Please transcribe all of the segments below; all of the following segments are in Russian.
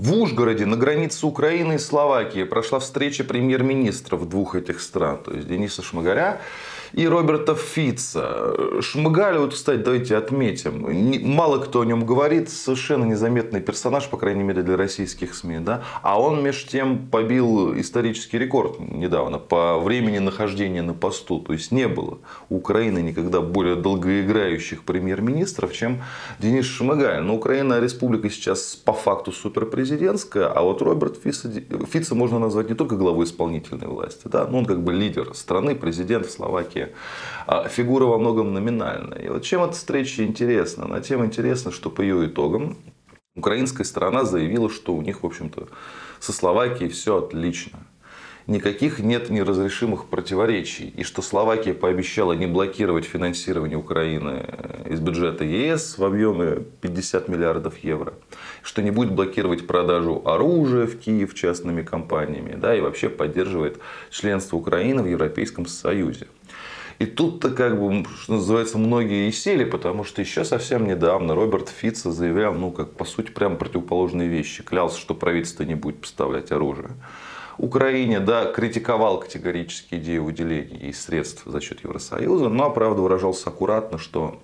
В Ужгороде на границе Украины и Словакии прошла встреча премьер-министров двух этих стран. То есть Дениса Шмыгаля и Роберта Фица. Шмыгаль, вот, кстати, давайте отметим. Мало кто о нем говорит. Совершенно незаметный персонаж, по крайней мере, для российских СМИ. Да? А он, между тем, побил исторический рекорд недавно по времени нахождения на посту. То есть не было у Украины никогда более долгоиграющих премьер-министров, чем Денис Шмыгаль. Но Украина республика сейчас по факту суперпрезидентская. А вот Роберт Фица можно назвать не только главой исполнительной власти. Да? Но он как бы лидер страны, президент в Словакии. Фигура во многом номинальная. И вот чем эта встреча интересна? Она тем интересна, что по ее итогам украинская сторона заявила, что у них, в общем-то, со Словакией все отлично. Никаких нет неразрешимых противоречий. И что Словакия пообещала не блокировать финансирование Украины из бюджета ЕС в объеме 50 миллиардов евро. Что не будет блокировать продажу оружия в Киев частными компаниями. Да, и вообще поддерживает членство Украины в Европейском Союзе. И тут-то, как бы, что называется, многие и сели, потому что еще совсем недавно Роберт Фица заявлял, по сути, прям противоположные вещи. Клялся, что правительство не будет поставлять оружие Украине, да, критиковал категорически идею выделения ей средств за счет Евросоюза, но, правда, выражался аккуратно, что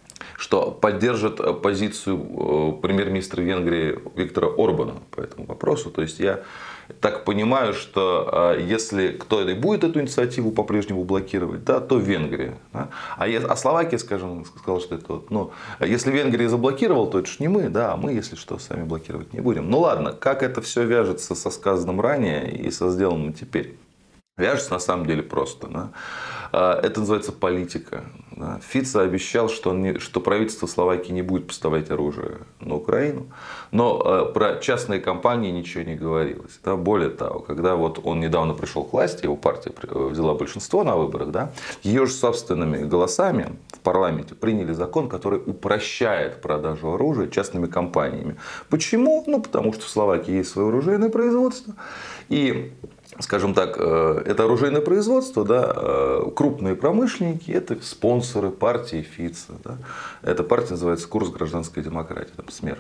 поддержит позицию премьер-министра Венгрии Виктора Орбана по этому вопросу. То есть я так понимаю, что если кто-то и будет эту инициативу по-прежнему блокировать, да, то Венгрия. Да? А Словакия, скажем, сказала, что это если Венгрия заблокировала, то это ж не мы, да, а мы, если что, сами блокировать не будем. Ну ладно, как это все вяжется со сказанным ранее и со сделанным теперь? Вяжется на самом деле просто. Да? Это называется политика. Да? Фица обещал, что правительство Словакии не будет поставлять оружие на Украину. Но про частные компании ничего не говорилось. Да? Более того, когда вот он недавно пришел к власти, его партия взяла большинство на выборах, да? Ее же собственными голосами в парламенте приняли закон, который упрощает продажу оружия частными компаниями. Почему? Потому что в Словакии есть свое оружейное производство. И скажем так, это оружейное производство, да, крупные промышленники, это спонсоры партии Фица. Да. Эта партия называется «Курс гражданской демократии», там, СМЕР.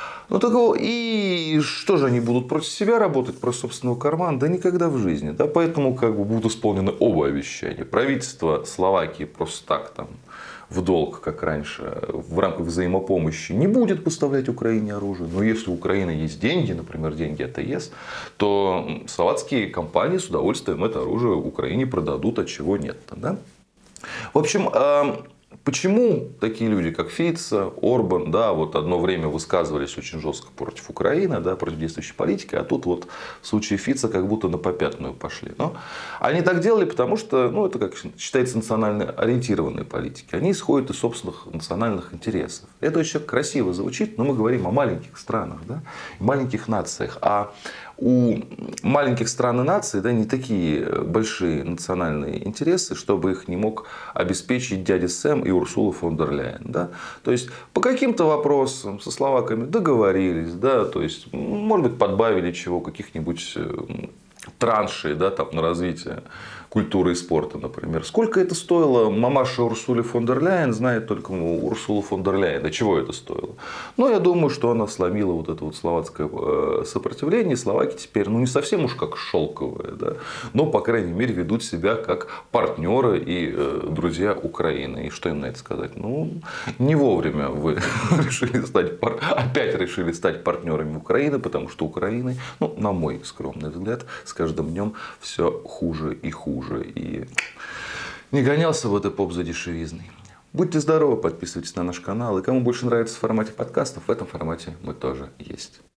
И что же они будут против себя работать, против собственного кармана? Да никогда в жизни. Да. Поэтому будут исполнены оба обещания. Правительство Словакии просто так там в долг, как раньше, в рамках взаимопомощи не будет поставлять Украине оружие. Но если у Украины есть деньги, например, деньги от ЕС, то словацкие компании с удовольствием это оружие Украине продадут, от чего нет. Да? В общем, почему такие люди, как Фица, Орбан, да, вот одно время высказывались очень жестко против Украины, да, против действующей политики, а тут вот в случае Фица как будто на попятную пошли. Но они так делали, потому что это, как считается, национально ориентированные политики. Они исходят из собственных национальных интересов. Это очень красиво звучит, но мы говорим о маленьких странах, да, маленьких нациях. А у маленьких стран и наций, да, не такие большие национальные интересы, чтобы их не мог обеспечить дядя Сэм и Урсула фон дер Ляйен. Да? То есть по каким-то вопросам со словаками договорились, да, то есть, может быть, подбавили чего, каких-нибудь траншей, да, там, на развитие культуры и спорта, например. Сколько это стоило мамаше Урсуле фон дер Ляйен, знает только Урсула фон дер Ляйен. До чего это стоило? Но я думаю, что она сломила вот это вот словацкое сопротивление. Словаки теперь, не совсем уж как шелковые, да, но, по крайней мере, ведут себя как партнеры и друзья Украины. И что им на это сказать? Не вовремя вы опять решили стать партнерами Украины, потому что Украины, на мой скромный взгляд, с каждым днем все хуже и хуже. И не гонялся в этот поп за дешевизной. Будьте здоровы, подписывайтесь на наш канал. И кому больше нравится в формате подкастов, в этом формате мы тоже есть.